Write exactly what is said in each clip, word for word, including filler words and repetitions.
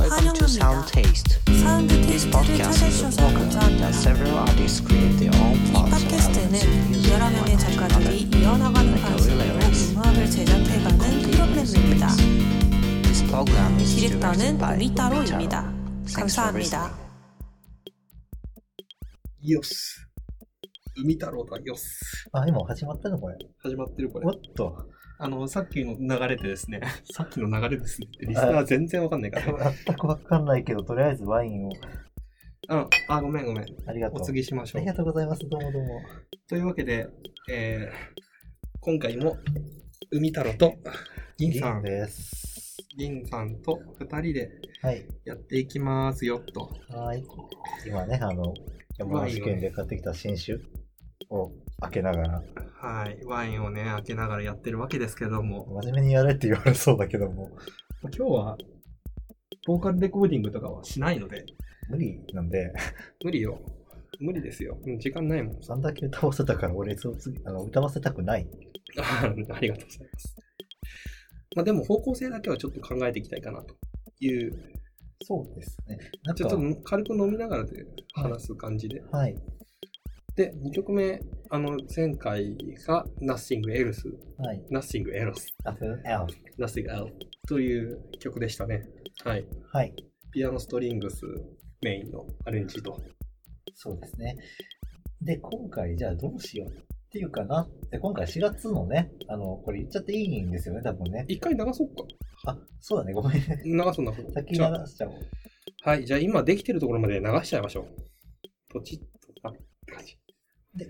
환영합니다. 사운드 테이스트를 찾아주셔서 감사합니다. 이 팟캐스트는 여러 명의 작가들이 이어나가는 방식으로 음악을 제작해가는 프로그램입니다. 디렉터는 우미타로입니다. 감사합니다. よし。海太郎だよし。 あ、今始まったのこれ。 始まってるこれ。 おっと。 あの、さっきの流れでですね、さっきの流れですね。リスナー全然わかんないから。 全くわかんないけど、とりあえずワインを。 うん、あ、ごめんごめん。 ありがとう。 お次しましょう。 ありがとうございます。どうもどうも。 というわけで、えー、今回も、海太郎と銀さんです。 銀さんと二人でやっていきますよ、と。 はい。今ね、あの、山梨県で買ってきた新酒を開けながら、 はい、ワインをね開けながらやってるわけですけども、 真面目にやれって言われそうだけども、 今日はボーカルレコーディングとかはしないので、 無理なんで、 無理よ、無理ですよ、時間ないもん。 そんだけ歌わせたから俺そうあの歌わせたくない。 ありがとうございます。まあでも方向性だけはちょっと考えていきたいかなという。 そうですね。 なんかちょっと軽く飲みながらで話す感じで。 はい。はい、 で、にきょくめ、あの、前回が Nothing Else。 はい。 Nothing Else。 Nothing Else。 Nothing Else。という曲でしたね。はい。 はい。 ピアノストリングスメインのアレンジと。 そうですね。で、今回じゃあどうしようっていうかな。で、今回しがつのね、あの、これ言っちゃっていいんですよね、多分ね。 一回流そうか。 あ、そうだね、ごめんね。 流そう流そう。 先に流しちゃおう。 はい、じゃあ今できてるところまで流しちゃいましょう。ポチッと、あ、感じ。で、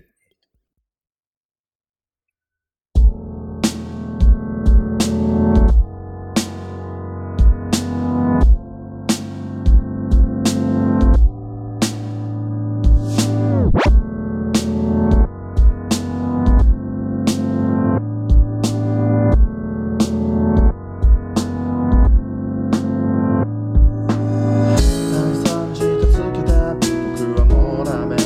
さんじかつけて僕はもうダメ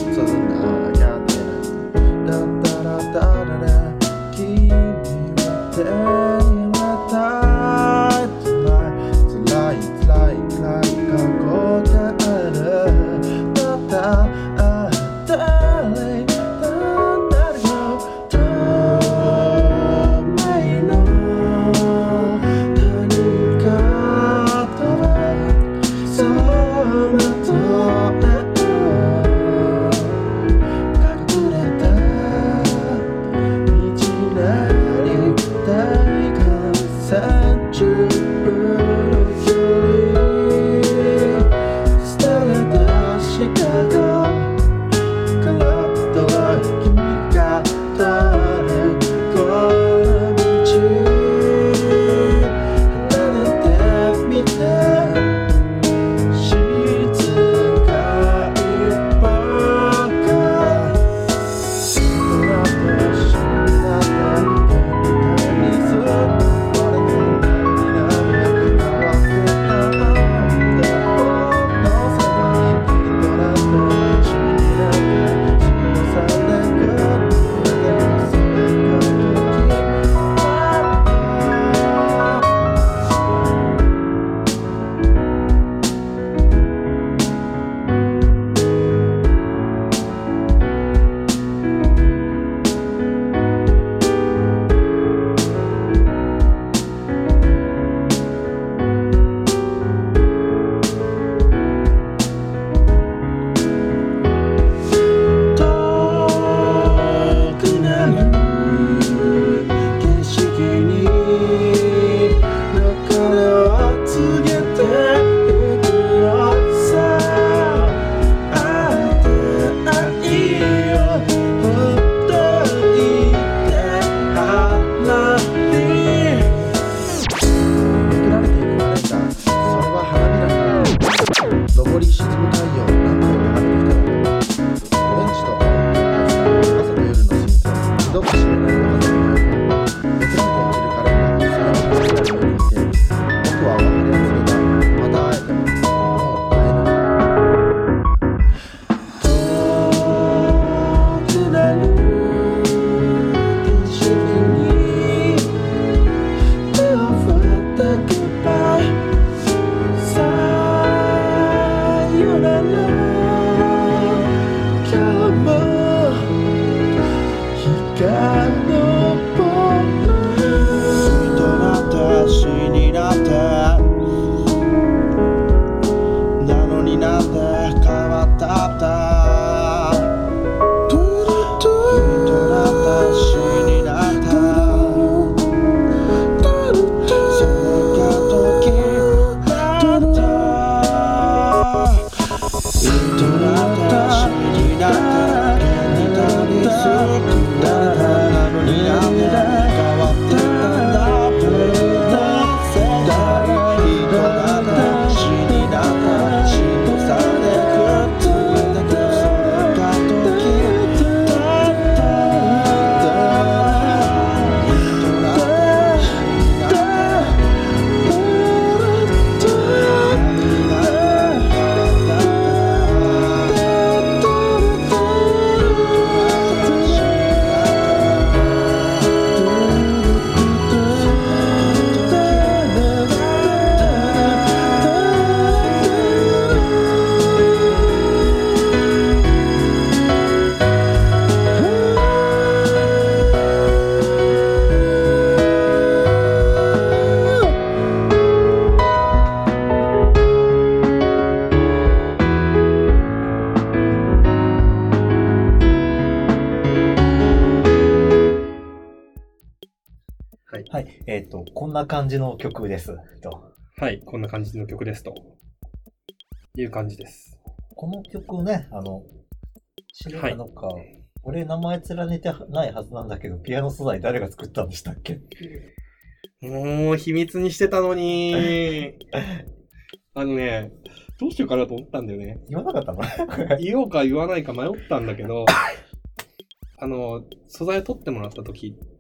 な感じの曲ですと。 はい、こんな感じの曲ですという感じです。 この曲ね、あの、知れたのか、はい、俺名前連ねてないはずなんだけど、ピアノ素材誰が作ったんでしたっけ？ もう秘密にしてたのにあのね、どうしようかなと思ったんだよね。 言わなかったの？ 言おうか言わないか迷ったんだけど、あの、素材を取ってもらった時って、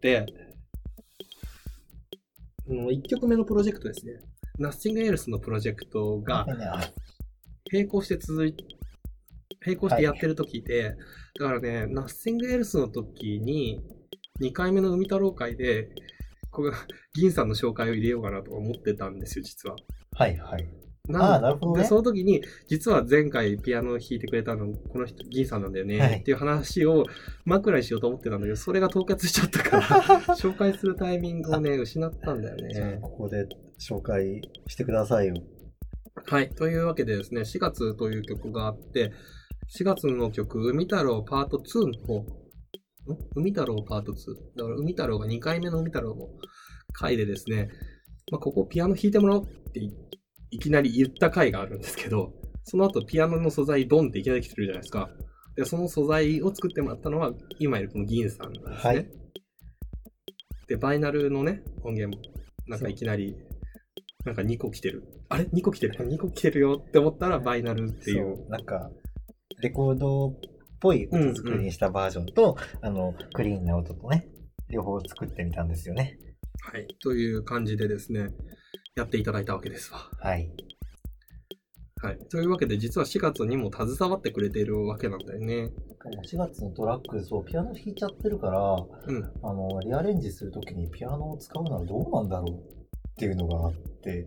いっきょくめのプロジェクトですね。Nothing Else のプロジェクトが並行して続いて、並行してやってる時で、はい、だからね、Nothing Else の時ににかいめの海太郎会で、これ銀さんの紹介を入れようかなと思ってたんですよ、実は。 はいはい。 ああ、なるほどね。で、その時に、実は前回ピアノを弾いてくれたの、この人、銀さんなんだよね、はい、っていう話を枕にしようと思ってたんだけど、それが凍結しちゃったから、紹介するタイミングをね、失ったんだよね。 じゃあ、ここで紹介してくださいよ。 はい。というわけでですね、しがつという曲があって、しがつの曲、海太郎パートツーの方、ん海太郎パートツー。だから海太郎がにかいめの海太郎の回でですね、まあ、ここピアノ弾いてもらおうっていきなり言った回があるんですけど、その後ピアノの素材ドンっていきなり来てるじゃないですか。で、その素材を作ってもらったのは、今いるこの銀さんなんですね。はい、で、バイナルのね、音源も、なんかいきなり、なんかにこ来てる。あれ ?に 個来てる ?に 個来てるよって思ったらバイナルっていう。 そう、なんか、レコードっぽい音作りにしたバージョンと、うんうん、あの、クリーンな音とね、両方作ってみたんですよね。 はい。という感じでですね、やっていただいたわけですわ。 はい。 はい。というわけで、実はしがつにも携わってくれているわけなんだよね。 しがつのトラック、そう、ピアノ弾いちゃってるから、うん、あの、リアレンジするときにピアノを使うならどうなんだろうっていうのがあって、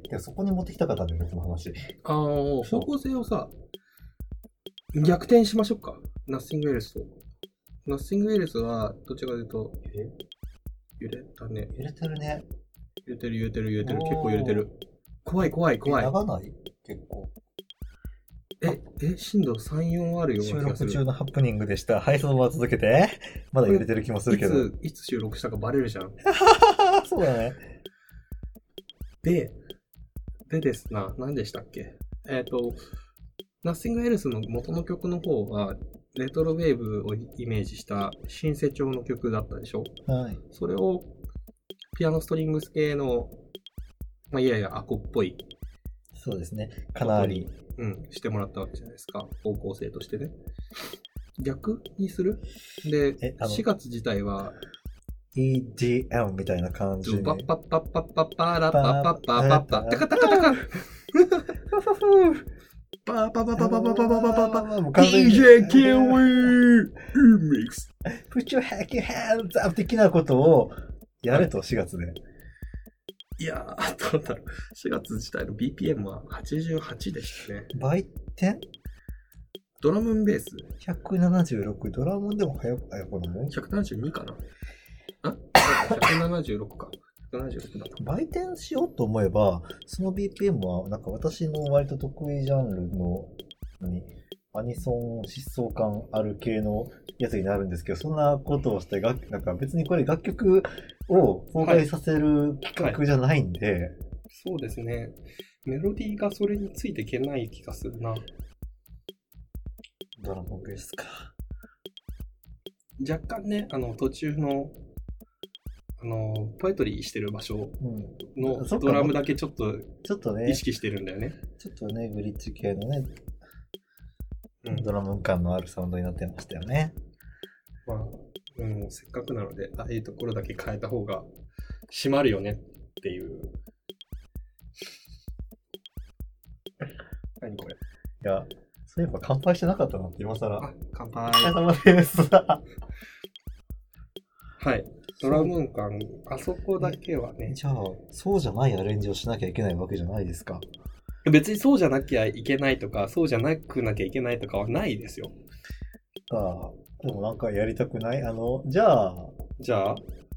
でそこに持ってきたかったんだよね、この話。 ああ、方向性をさ、逆転しましょうか。Nothing Else と。Nothing Else は、どっちかというと、揺れたね。 揺れてるね。 揺れてる揺れてる揺れてる。結構揺れてる。怖い怖い怖い。 長ない結構。 え、え、震度さん、よんあるような気がする。 収録中のハプニングでした。はい、そのまま続けて。まだ揺れてる気もするけど。 いつ、いつ収録したかバレるじゃん。 そうだね。 で、でですな、何でしたっけ？えっと、Nothing Else の元の曲の方は、レトロウェーブをイメージしたシンセ調の曲だったでしょ？ はい。 それを、ピアノストリングス系の、まあ、いやいや、アコっぽい。 そうですね。かなり。 うん、してもらったわけじゃないですか。方向性としてね。逆にする？で、しがつ自体は、 イーディーエム みたいな感じで。 パッパッパッパッパッパラッパッパッパッパッパッタカタカタカパーパパパパパパパパパパ ディージェー キウイミックス Put your hacky hands up 的なことをやれとしがつで。 いやー、どうだろう。しがつ自体の ビーピーエム ははちじゅうはちでしたね。 倍点？ ドラムンベースひゃくななじゅうろく、ドラムンでも早く、早くのもんひゃくななじゅうに かなあ ?ひゃくななじゅうろく か。ひゃくななじゅうろくだな。 倍点しようと思えば、その ビーピーエム は、なんか私の割と得意ジャンルの、何アニソン疾走感ある系のやつになるんですけど、そんなことをして楽、なんか別にこれ楽曲を崩壊させる企画じゃないんで、はいはい、 そうですね。メロディーがそれについていけない気がするな。 ドラムベースか。 若干ね、あの途中のあのポエトリーしてる場所のドラムだけちょっとちょっとね意識してるんだよね。 ちょっとねグリッチ系のね、うん、ドラム感のあるサウンドになってましたよね。 まあ、うん、せっかくなのでああいうところだけ変えた方が締まるよねっていう。何これ？ いや、そういえば乾杯してなかったなって今更。 あ、乾杯。 お疲れ様です。 はい。ドラム感、あそこだけはね。 じゃあ、そうじゃないアレンジをしなきゃいけないわけじゃないですか。 別にそうじゃなきゃいけないとか、そうじゃなくなきゃいけないとかはないですよ。 ああ、でもなんかやりたくない？あの、じゃあ、 じゃあ、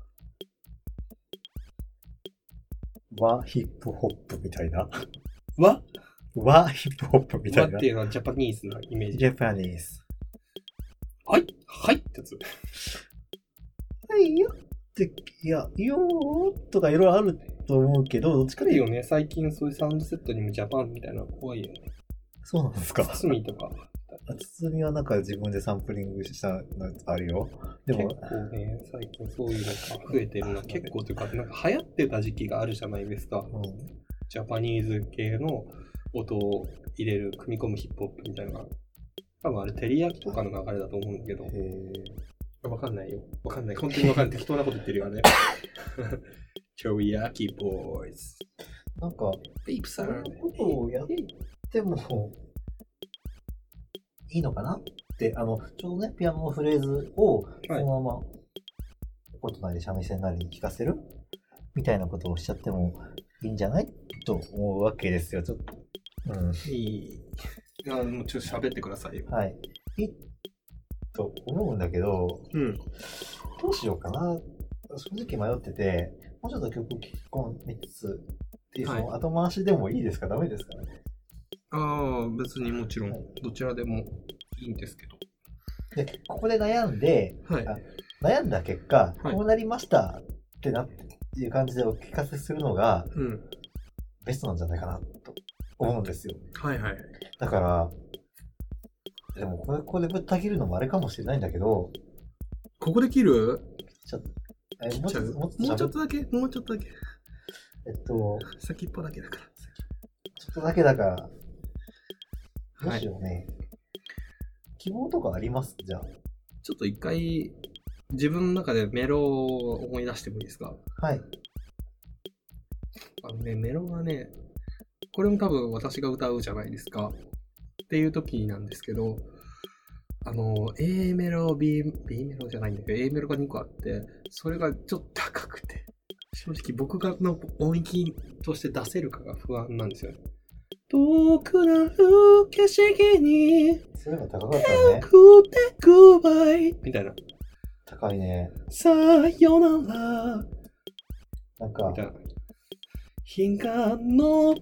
和ヒップホップみたいな。 和？ 和ヒップホップみたいな。 和っていうのはジャパニーズなイメージ。 ジャパニーズ。 はい、はいってやつ。 はいよ。 て、いや、いいよーとかいろいろあると思うけど、どっちかいいよね、最近そういうサウンドセットにもジャパンみたいなの怖いよね。 そうなんですか。 つつみとか。 つつみはなんか自分でサンプリングしたのあるよ。でも結構ね、最近そういうのが増えてるの結構というか、なんか流行ってた時期があるじゃないですか。 うん、 ジャパニーズ系の音を入れる、組み込むヒップホップみたいなのが。多分あれ、テリヤキとかの流れだと思うんだけど。わかんないよ。わかんない。本当にわかんない。適当なこと言ってるよね。テリヤキボーイズ。 なんか、 ピープさん。 そういうことをやってもいいのかなって、あの、ちょうどね、ピアノのフレーズをそのまま、音なり三味線なりに聴かせるみたいなことをしちゃってもいいんじゃないと思うわけですよ。ちょっと。うん。 いい。あもうちょっと喋ってくださいよ。 はい。いいと思うんだけど、 うん。 どうしようかな。正直迷ってて、もうちょっと曲聴き込みつつ、で、その後回しでもいいですか、ダメですかね。 ああ、別にもちろん、どちらでもいいんですけど。 で、ここで悩んで、 はい、 悩んだ結果、 はい、 こうなりましたってなっていう感じでお聞かせするのが、 うん、 ベストなんじゃないかなと思うんですよ。 はいはい。 だから、でもこれ、ここでぶった切るのもあれかもしれないんだけど、 ここで切る？ ちょっと、えー、もうちょっと、 もうちょっとだけ、もうちょっとだけ。 えっと、 先っぽだけだから。 ちょっとだけだから、どうしようね。はい、希望とかありますじゃあ。 ちょっと一回、自分の中でメロを思い出してもいいですか？ はい。 あのね、メロがね、これも多分私が歌うじゃないですか。っていう時なんですけど、あの、A メロ、B、B メロじゃないんだけど、A メロがにこあって、それがちょっと高くて、正直僕がの音域として出せるかが不安なんですよね。遠くなる景色にそういうの高かったね。 くてくばいみたいな。 高いね。 さよなら。 なんか、 みたいな。日が昇る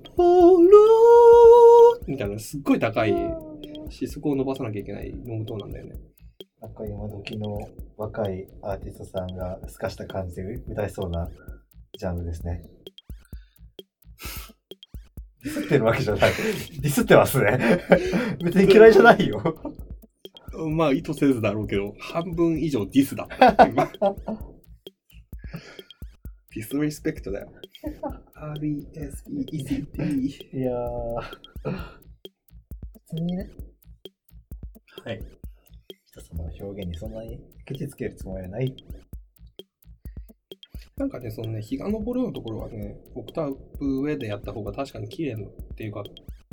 みたいな、すっごい高いし、そこを伸ばさなきゃいけないロングトーンなんだよね。 なんか今時の若いアーティストさんが透かした感じで歌いそうなジャンルですね。ディスってるわけじゃない。ディスってますね。別に嫌いじゃないよ。 まあ意図せずだろうけど、半分以上ディスだ。ディスリスペクトだよ。アールイーエスイーイーシーティー。 いやー。別にね。 はい。 人様の表現にそんなにケチつけるつもりはない。 なんかね、そのね、日が昇るのところはね、オクターブ上でやった方が確かに綺麗っていうか、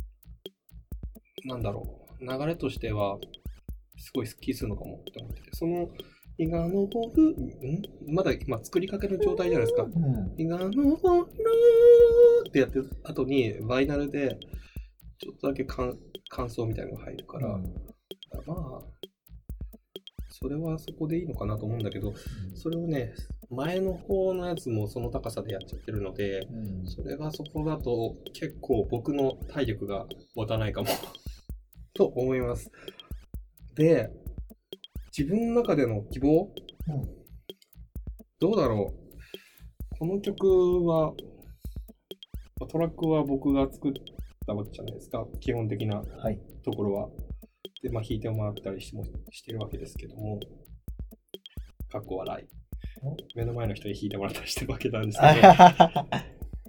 なんだろう、流れとしては、すごいスッキリするのかもって思ってて、その、日が昇る、んまだ今作りかけの状態じゃないですか。うん、日が昇るってやってる後に、バイナルで、ちょっとだけ感想みたいなのが入るから、うん、まあ、それはそこでいいのかなと思うんだけど、うん、それをね、前の方のやつもその高さでやっちゃってるので、うん、それがそこだと結構僕の体力が持たないかもと思います。で、自分の中での希望、うん、どうだろう。この曲は、トラックは僕が作ったわけじゃないですか。基本的なところは。はい、で、まあ弾いてもらったりしてもしてるわけですけども、かっこ笑い。目の前の人に弾いてもらったりしてるわけなんですけど。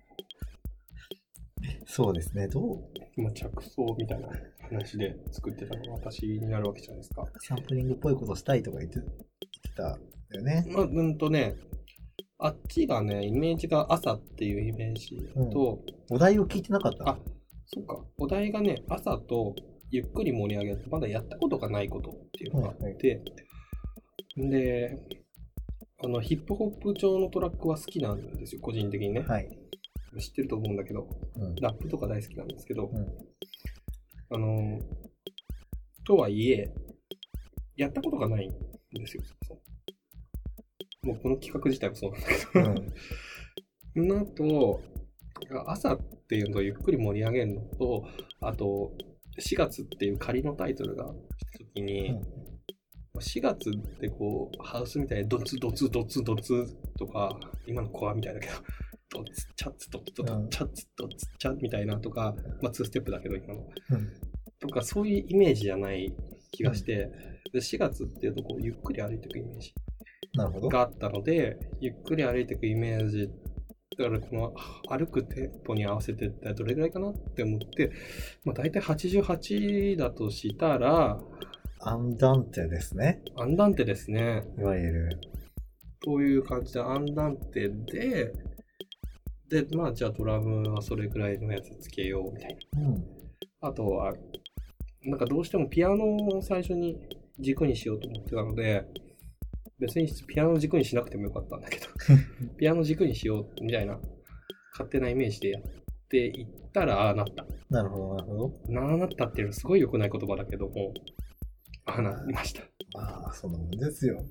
そうですね、どう今着想みたいな話で作ってたのが私になるわけじゃないですか。 サンプリングっぽいことしたいとか言って、言ってたんだよね。 まあ、うんとね、あっちがね、イメージが朝っていうイメージと、 うん、お題を聞いてなかった。 あ、そうか。お題がね、朝とゆっくり盛り上げる。まだやったことがないことっていうのがあって、はいはい、で、あの、ヒップホップ調のトラックは好きなんですよ、個人的にね。はい。知ってると思うんだけど、うん、ラップとか大好きなんですけど、うん、あの、とはいえ、やったことがないんですよ。もうこの企画自体もそうなんだけど。うん、なと、朝っていうのをゆっくり盛り上げるのと、あと、しがつっていう仮のタイトルが来たときに、うん、 しがつってこう、ハウスみたいにドツドツドツドツとか、今のコアみたいだけど、ドツチャッツドツドツチャッツドツチャッみたいなとか、まあにステップだけど今の。うん、とかそういうイメージじゃない気がして、うん、でしがつっていうとこうゆっくり歩いていくイメージがあったので、ゆっくり歩いていくイメージ、だからこの歩くテンポに合わせていったらどれぐらいかなって思って、まあ、大体はちじゅうはちだとしたら、 アンダンテですね。 アンダンテですね。 いわゆる。 という感じで、アンダンテで、で、まあじゃあドラムはそれぐらいのやつつけようみたいな。うん、あとは、なんかどうしてもピアノを最初に軸にしようと思ってたので、別にピアノ軸にしなくてもよかったんだけど、ピアノ軸にしようみたいな勝手なイメージでやっていったら、ああなった。 なるほど、なるほど。 なあなったっていうのはすごい良くない言葉だけども、ああなりました。 ああ、そんなもんですよ。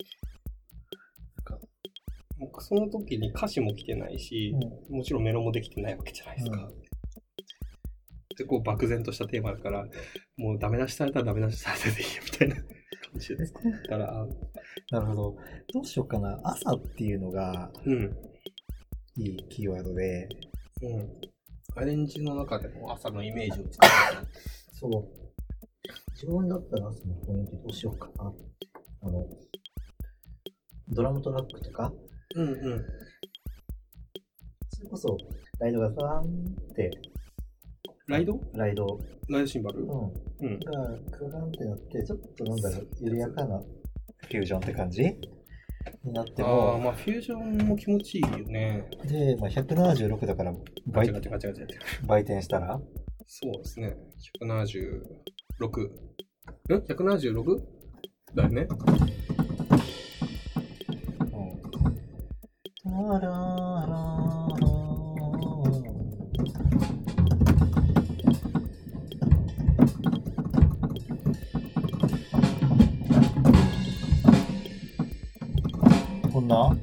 もうその時に歌詞も来てないし、うん、もちろんメロもできてないわけじゃないですか。うん、で、こう漠然としたテーマだから、もうダメ出しされたらダメ出しされていいよみたいな感じです。だから、 なるほど。どうしようかな。朝っていうのが、うん、いいキーワードで、 うん。アレンジの中でも朝のイメージを作る。 そう。自分だったら朝の雰囲気どうしようかな。あの、ドラムトラックとか、 うんうん。 それこそ、ライドがファーンって、 ライドライド。 ライドシンバルうん。うん。が、クランってなって、ちょっとなんだろう、緩やかなフュージョンって感じになっても。 ああ、まあフュージョンも気持ちいいよね。 で、まあ、ひゃくななじゅうろくだから倍、 ガチャガチャガチャガチャ倍転したらそうですね。ひゃくななじゅうろく。ん ?ひゃくななじゅうろく? だよね。うん。タララこんな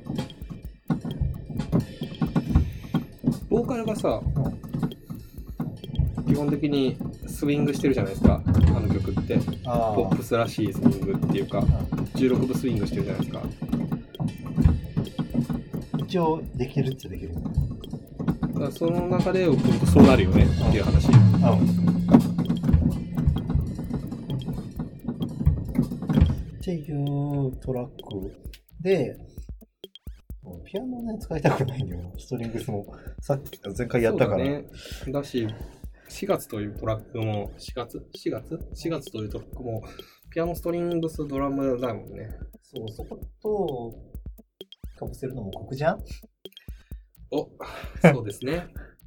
ボーカルがさ、基本的にスイングしてるじゃないですか、あの曲って。 あポップスらしいスイングっていうか、じゅうろくぶスイングしてるじゃないですか。 一応できるっちゃできる。 だからその中で送るとそうなるよねっていう話。 ああっていうトラックで、ピアノね、使いたくないんだよな。ストリングスも。さっき、前回やったから。 そうだね。だし、しがつというトラックも、しがつ ?しがつ ?し 月というトラックも、ピアノ、ストリングス、ドラムだもんね。 そう、そこと、かぶせるのも酷じゃん？ お、そうですね。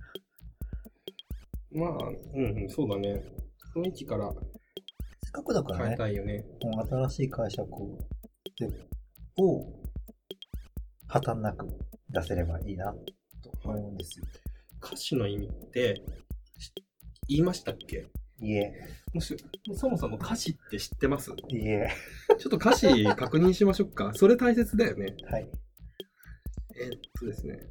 まあ、うん、そうだね。雰囲気からせっかくだからね、 変えたいよね。 新しい解釈を破綻なく出せればいいなと思うんですよ。 歌詞の意味って言いましたっけ？ いいえ。 もしそもそも歌詞って知ってます？ いいえ。 ちょっと歌詞確認しましょうか。それ大切だよね。 はい。 えー、っとですね。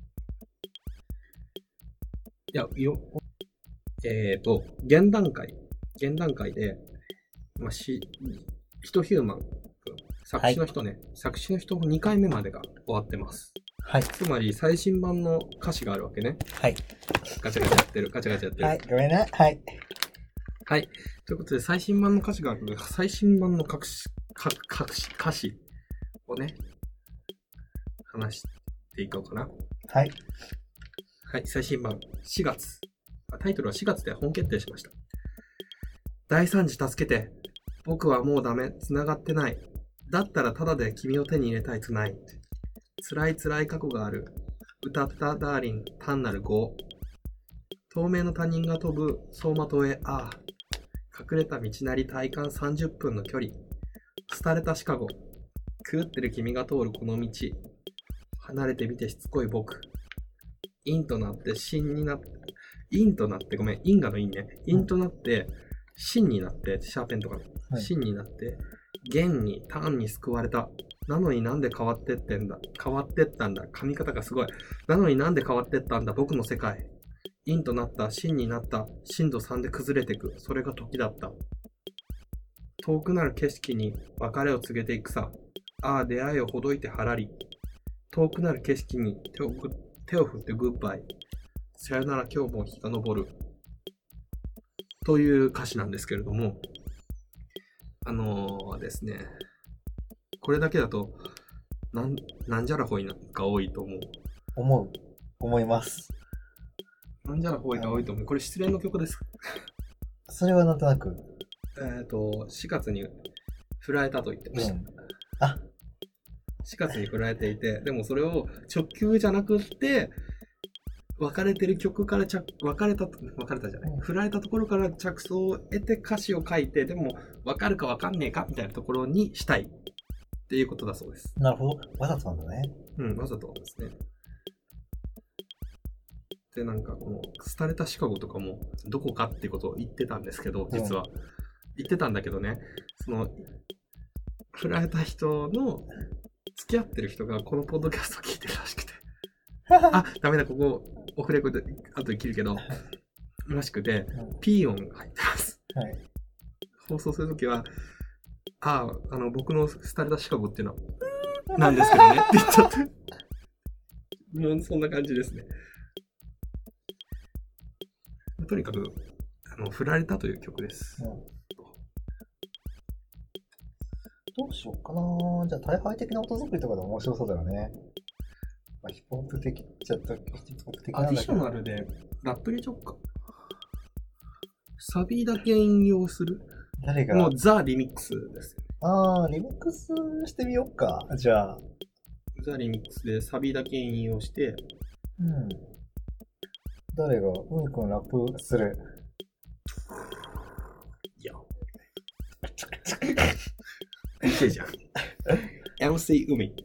いや、よ、えー、っと、現段階、現段階で、まあ、し、ヒトヒューマン、作詞の人ね、はい、作詞の人のにかいめまでが終わってます。 はい。 つまり最新版の歌詞があるわけね。 はい。 ガチャガチャやってる、ガチャガチャやってる。 はい、ごめんな。はい。 はい。ということで、最新版の歌詞があるので、最新版の歌詞、歌詞をね、話していこうかな。 はい。 はい、最新版、しがつ。タイトルはしがつで本決定しました。大惨事助けて。僕はもうダメ。繋がってない。だったらただで君を手に入れたいトゥナイト。辛い辛い過去がある。歌ったダーリン、単なる業。透明の他人が飛ぶ走馬灯へ、ああ。隠れた道なり体感さんじゅっぷんの距離。廃れたシカゴ。狂ってる君が通るこの道。離れてみてしつこい僕。陰となって真になって、陰となってごめん、因果の因ね。陰となって、真になって、シャーペンとかの、はい、真になって、現に、単に救われた。なのになんで変わってってんだ。変わってったんだ。噛み方がすごい。なのになんで変わってったんだ。僕の世界。陰となった、真になった。震度さんで崩れてく。それが時だった。 遠くなる景色に別れを告げていくさ。ああ、出会いをほどいてはらり。遠くなる景色に手を手を振ってグッバイ。さよなら今日も日が昇る。という歌詞なんですけれども、あのー、ですね、これだけだと、なん、なんじゃらほいが多いと思う。 思う。思います。 なんじゃらほいが多いと思う。これ失恋の曲です。 それはなんとなく。 えっと、しがつに振られたと言ってました。うん、 あしがつに振られていて、でもそれを直球じゃなくって、別れてる曲から着、別れた、別れたじゃない、うん、振られたところから着想を得て歌詞を書いて、でも分かるか分かんねえかみたいなところにしたいっていうことだそうです。 なるほど。わざとなんだね。 うん、わざとですね。で、なんかこの、廃れたシカゴとかもどこかっていうことを言ってたんですけど、実は。うん、言ってたんだけどね、その、振られた人の、付き合ってる人がこのポッドキャストを聞いてるらしくて。あ、ダメだ、ここ、オフレコで後で切るけど、らしくて、ピー音が入ってます。はい、放送するときは、ああ、あの、僕の廃れたシカゴっていうのは、なんですけどねって言っちゃって。もうそんな感じですね。とにかく、あの、振られたという曲です。うん、 どうしようかな。じゃあ、大敗的な音作りとかでも面白そうだよね。まあ、ヒップホップ的ちゃったヒップホップ的なんだけど。アディショナルでラップ入れちゃおうか。サビだけ引用する。 誰が？ もうザ・リミックスです。 ああ、リミックスしてみようか。じゃあ。 ザ・リミックスでサビだけ引用して。 うん。誰がうんこのラップする？ いや。いいじゃん。エムシー 海。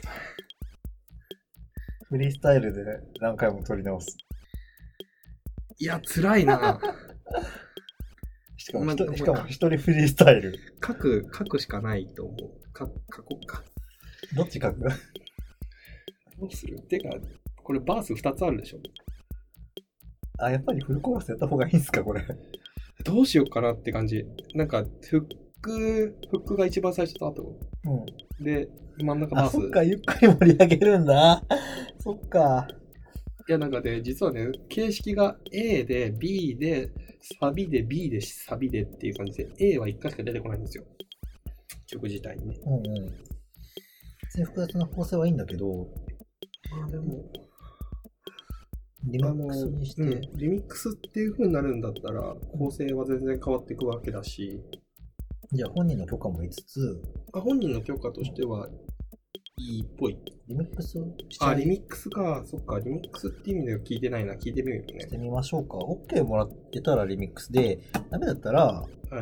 フリースタイルで何回も撮り直す。 いや、辛いな。 しかも、ま、しかも一人フリースタイル。 書く、書くしかないと思う。書、書こうか。 どっち書く？どうする？てか、これバースふたつあるでしょ。 あ、やっぱりフルコーラスやった方がいいんすか、これ。 どうしようかなって感じ。なんか、フック、フックが一番最初と後。うん。で、真ん中バース。 あ、そっか、ゆっくり盛り上げるんだ。そっか。 いや、なんかね、実はね、形式が A で、B で、サビで、B で、サビでっていう感じで、A はいっかいしか出てこないんですよ。曲自体にね。 うんうん。別に複雑な構成はいいんだけど、 あ、でも、 リミックスにして、うん、 リミックスっていう風になるんだったら、構成は全然変わっていくわけだし、 じゃあ本人の許可も得つつ、 あ、本人の許可としてはいいっぽい。 リミックスしちゃあ、リミックスか。そっか、リミックスって意味では聞いてないな。聞いてみるよね。 してみましょうか。OK もらってたらリミックスで、ダメだったら、はい、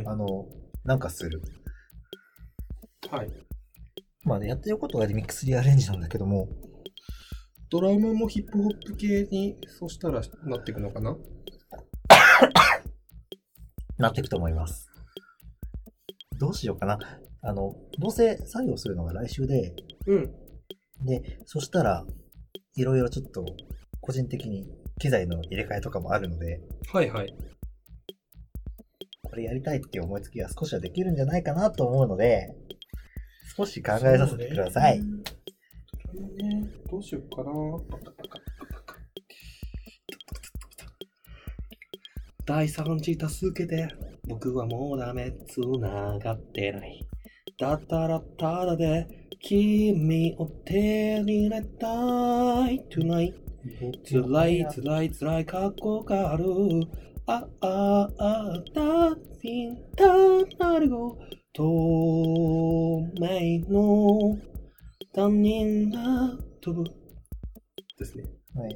あの、なんかする。 はい。 まあね、やってることがリミックスリアレンジなんだけども、 ドラムもヒップホップ系に、そしたらなっていくのかななっていくと思います。どうしようかな。あの、どうせ作業するのが来週で、 うん。 で、そしたら、いろいろちょっと、個人的に機材の入れ替えとかもあるので、 はいはい。 これやりたいっていう思いつきが少しはできるんじゃないかなと思うので、少し考えさせてください。 ね、どうしようかな。第三次助けて、僕はもうダメ、繋がってない。だったらただで、君を手に入れたい tonight。辛い辛い辛い過去がある。あああ、だってんたなるご、透明の他人が飛ぶ。ですね。 はい。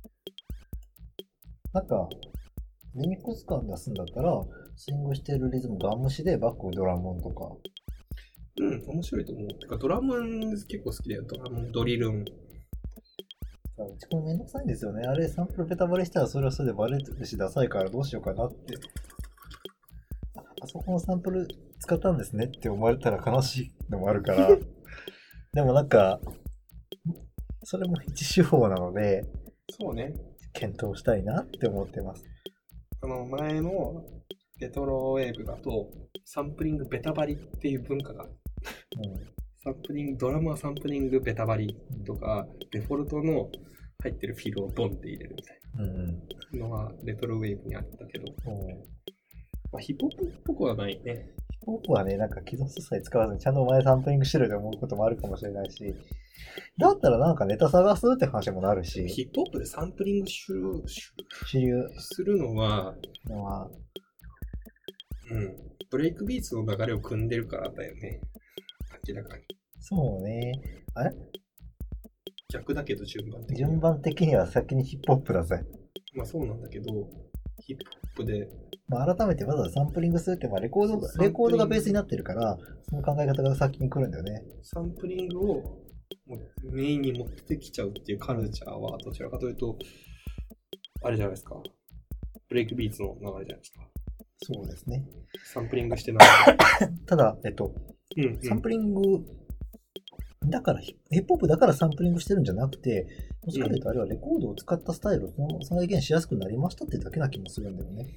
なんか、リミックス感出すんだったら、スイングしてるリズムガン無視でバックドラムンとか。 うん、面白いと思う。てか、ドラムン結構好きだよ。ドラムン、ドリルン。 うちこれめんどくさいんですよね。あれサンプルベタバレしたらそれはそれでバレるしダサいからどうしようかなって。あそこのサンプル使ったんですねって思われたら悲しいのもあるから。でもなんか、それも一手法なので、 そうね。 検討したいなって思ってます。 あの、前のレトロウェーブだとサンプリングベタバリっていう文化がある、うん、サンプリングドラマサンプリングベタバリとかデフォルトの入ってるフィルをドンって入れるみたいなのはレトロウェーブにあったけど、うんまあ、ヒップホップっぽくはないね。 ヒップホップはね、なんか既存素材使わずにちゃんとお前サンプリングしてると思うこともあるかもしれないし、だったらなんかネタ探すって話もなるし、 ヒップホップでサンプリング主流主流するのは、 まあ、 うん、ブレイクビーツの流れを組んでるからだよね。明らかに。 そうね。あれ逆だけど順番的には。順番的には先にヒップホップだぜ。 まあそうなんだけど、ヒップホップで。 まあ改めてわざわざサンプリングするって、まあレコード、レコードがベースになってるから、その考え方が先に来るんだよね。 サンプリングをもうメインに持ってきちゃうっていうカルチャーはどちらかというと、あれじゃないですか。ブレイクビーツの流れじゃないですか。 そうですね。 サンプリングしてなただ、えっと、うんうん、サンプリング、だから、ヒップホップだからサンプリングしてるんじゃなくて、もしかというとあれはレコードを使ったスタイルをその再現しやすくなりましたってだけな気もするんだよね。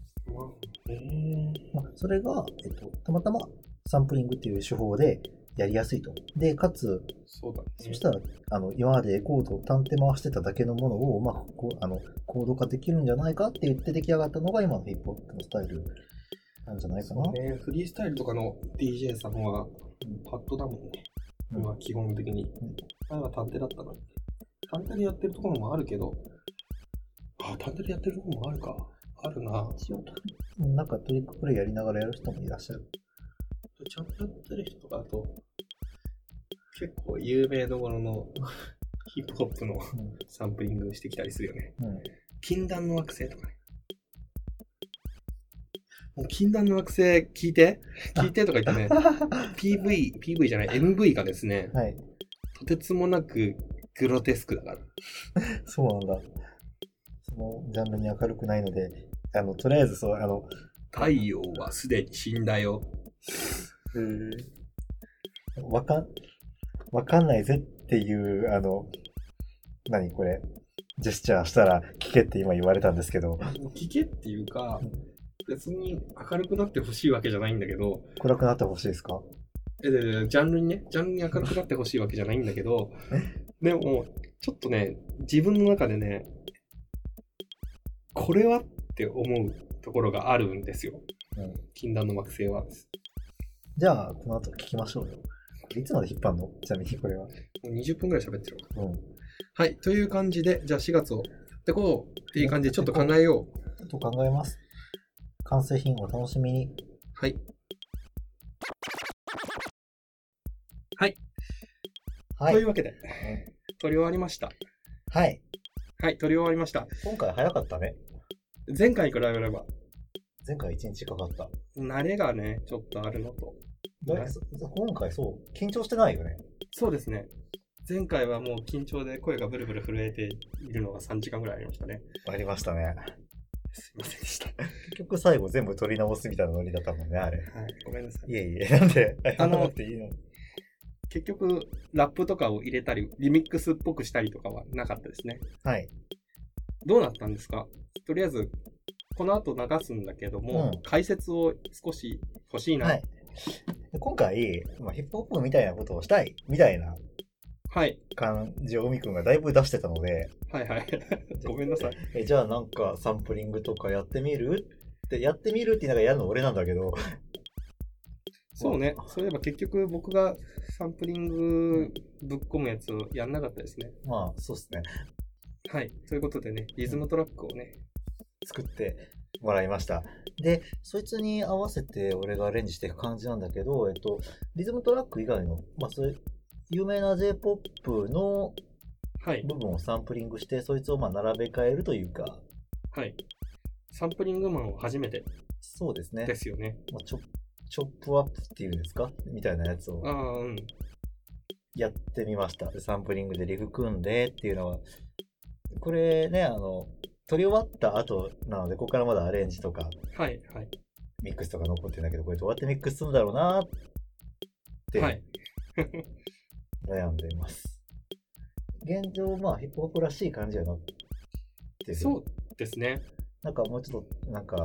まあ、それが、えっと、たまたまサンプリングっていう手法でやりやすいと。で、かつ、 そうだね、 そしたら、あの、今までレコードを単手回してただけのものを、まあ、こうあのコード化できるんじゃないかって言って出来上がったのが今のヒップホップのスタイルなんじゃないかな。 ね、フリースタイルとかの ディージェー さんはパッドだもんね。うん、今基本的に。前は単手だったのに。単手でやってるところもあるけど、あ、単手でやってるところもあるか。あるな。 なんかトリックプレイやりながらやる人もいらっしゃる。 ちゃんとやってる人とかだと、結構有名どころのヒップホップのサンプリングしてきたりするよね。うん、禁断の惑星とかね。もう禁断の惑星聞いて聞いてとか言ってね、ピーブイ、ピーブイ じゃない、エムブイ がですね、はい、とてつもなくグロテスクだから。 そうなんだ。そのジャンルに明るくないので、あの、とりあえずそう、あの、 太陽はすでに死んだよ。 へー。わかん、わかんないぜっていう、あの、何これ、ジェスチャーしたら聞けって今言われたんですけど。 聞けっていうか、別に明るくなってほしいわけじゃないんだけど。 暗くなってほしいですか？ え、で、で、ジャンルにね、ジャンルに明るくなってほしいわけじゃないんだけど、でも、ちょっとね、自分の中でね、これはって思うところがあるんですよ。うん、禁断の惑星は。 じゃあ、この後聞きましょうよ。いつまで引っ張るの？ちなみにこれは。もうにじゅっぷんぐらい喋ってるわ。うん。はい。という感じで、じゃあしがつをやってこうっていう感じでちょっと考えよう。 ちょっと考えます。完成品を楽しみに。 はい。はい。はい。というわけで、うん、撮り終わりました。 はい。 はい、撮り終わりました。 今回早かったね。 前回比べれば。 前回いちにちかかった。 慣れがね、ちょっとあるのと。 今回そう、緊張してないよね。 そうですね。前回はもう緊張で声がブルブル震えているのがさんじかんぐらいありましたね。 ありましたね。 すいませんでした。結局最後全部撮り直すみたいなノリだったもんね、あれ。 はい、ごめんなさい。 いえいえ、なんで、あの、っていいの結局、ラップとかを入れたり、リミックスっぽくしたりとかはなかったですね。 はい。 どうなったんですか？とりあえず、この後流すんだけども、うん、解説を少し欲しいな。はい。 今回、まあ、ヒップホップみたいなことをしたい、みたいな感じを海くんがだいぶ出してたので、 はいはい。ごめんなさい。 え、じゃあなんかサンプリングとかやってみるって、やってみるって言いながらやるの俺なんだけど。 そうね。そういえば結局僕がサンプリングぶっ込むやつをやんなかったですね。 まあ、そうですね。 はい。ということでね、リズムトラックをね、 作ってもらいました。で、そいつに合わせて俺がアレンジしていく感じなんだけど、えっと、リズムトラック以外の、まあ、そういう有名な J-ポップ の部分をサンプリングして、はい、そいつをまあ並べ替えるというか。 はい。サンプリングマンを初めて。 そうですね。 ですよね。 まあ、チョチョップアップっていうんですかみたいなやつをやってみました。サンプリングでリフ組んでっていうのは、これね、あの、撮り終わった後なので、ここからまだアレンジとか、 はいはい、 ミックスとか残ってるんだけど、これどうやってミックスするんだろうなって、はい、悩んでいます。現状、まあ、ヒップホップらしい感じやなって。 そうですね。 なんかもうちょっと、なんか、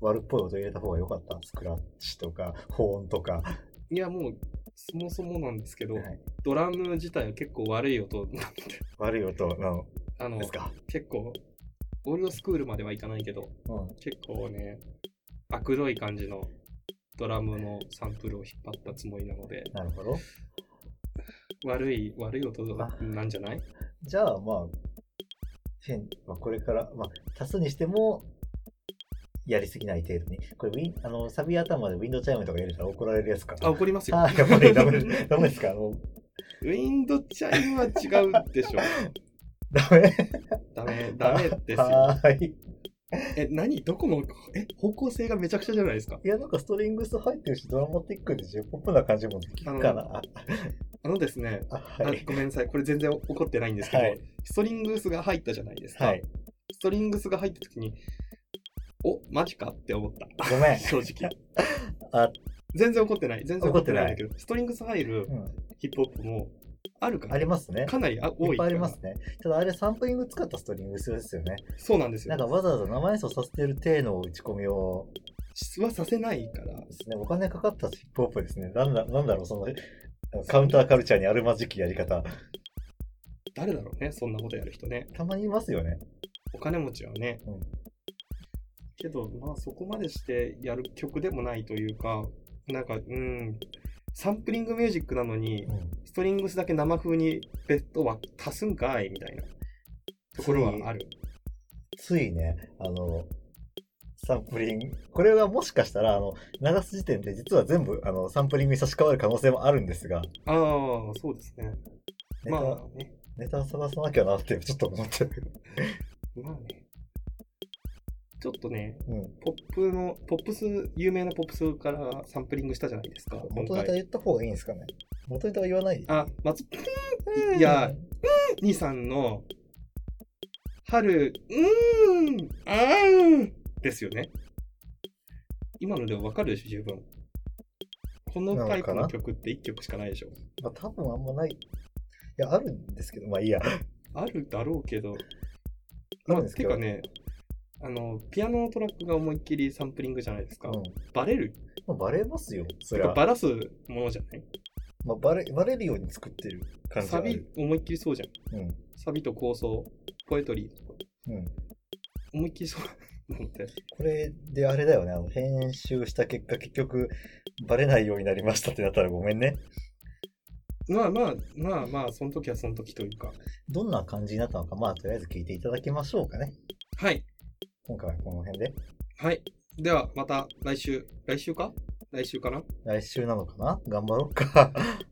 悪っぽい音入れた方が良かった？スクラッチとか保音とか。 いやもうそもそもなんですけど、 はい、 ドラム自体は結構悪い音なんで。 悪い音なのあのですか？ 結構オールドスクールまではいかないけど、うん、結構ね悪どい感じのドラムのサンプルを引っ張ったつもりなので。 なるほど。 悪い悪い音なんじゃない？ じゃあまあ、まあ、これからまあ足すにしてもやりすぎない程度に。これウィンあのサビ頭でウィンドチャイムとか入れたら怒られるやつか。 あ、怒りますよ。 あ、やっぱりダメダメですか？あのウィンドチャイムは違うでしょ。 ダメダメダメですよ。 はい。 え、何どこのえ方向性がめちゃくちゃじゃないですか？ いや、なんかストリングス入ってるし、ドラマティックで J-ポップ な感じもできるかな。 あの、あのですねあ、 はい、 あ、ごめんなさい。これ全然怒ってないんですけど、はい、ストリングスが入ったじゃないですか。はい、ストリングスが入った時に、お、マジかって思った。 ごめん。 正直。 あ、 全然怒ってない。全然怒ってないんだけど、ストリングス入るヒップホップもあるから。 ありますね。 かなり多い。 いっぱいありますね。ただあれサンプリング使ったストリングスですよね。 そうなんですよ。 なんかわざわざ生演奏させてる体の打ち込みをはさせないからですね。お金かかったヒップホップですね。なんだ、なんだろう、そのカウンターカルチャーにあるまじきやり方。 誰だろうね、そんなことやる人ね。 たまにいますよね。 お金持ちはね。うん、けど、まあそこまでしてやる曲でもないというか、なんか、うん、サンプリングミュージックなのに、うん、ストリングスだけ生風にベッドは足すんかいみたいなところはある。 ついね、あの、サンプリング、これがもしかしたら、あの、流す時点で実は全部、あの、サンプリングに差し替わる可能性もあるんですが。 ああ、そうですね。 ネタ、まあね、ネタ探さなきゃなってちょっと思ってる。 まあね。ちょっとね、 うん、 ポップの、ポップス、有名なポップスからサンプリングしたじゃないですか。 元ネタ言った方がいいんですかね。元ネタは言わない。 あ、松、いや、兄さんの、春、うーん、あーんですよね。今のでもわかるでしょ、十分。このタイプの曲っていっきょくしかないでしょ。 まあ多分あんまない。いや、あるんですけど、まあいいや。 あるだろうけど。まあ、てかね、あの、ピアノのトラックが思いっきりサンプリングじゃないですか。うん、バレる？ まあ、バレますよ。それは。 バラすものじゃない？ まあ、バレ、バレるように作ってる感じ。 サビ思いっきりそうじゃん。 うん。 サビと構想、ポエトリーとか。 うん。 思いっきりそう。 これであれだよね、あの編集した結果結局バレないようになりましたってなったらごめんね。 まあまあまあまあその時はその時というか、 どんな感じになったのかまあとりあえず聞いていただきましょうかね。 はい。 今回はこの辺で。 はい。ではまた来週来週か来週かな来週なのかな頑張ろうか。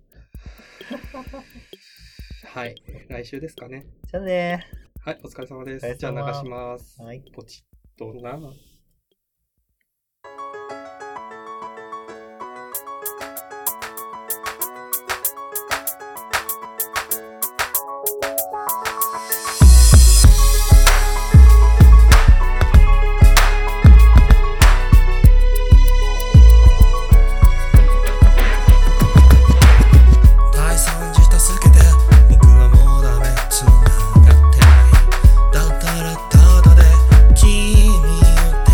はい。来週ですかね。 じゃあね。 はい。お疲れ様です。じゃあ流します。 はい。 ポチッとな。 君を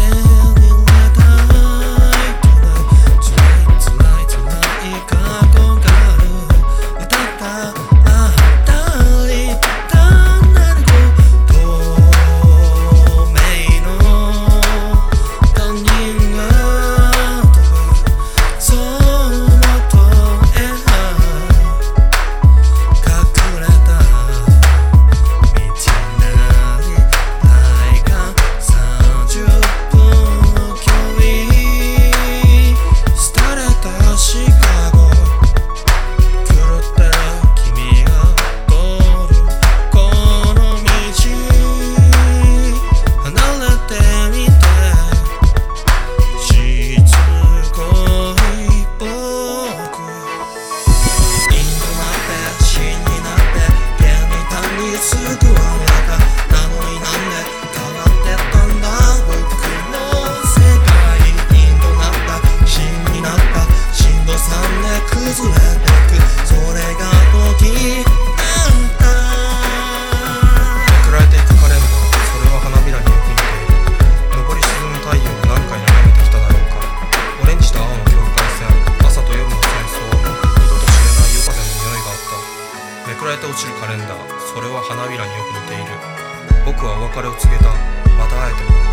えて落ちるカレンダー、それは花びらによく似ている。僕はお別れを告げた。また会えても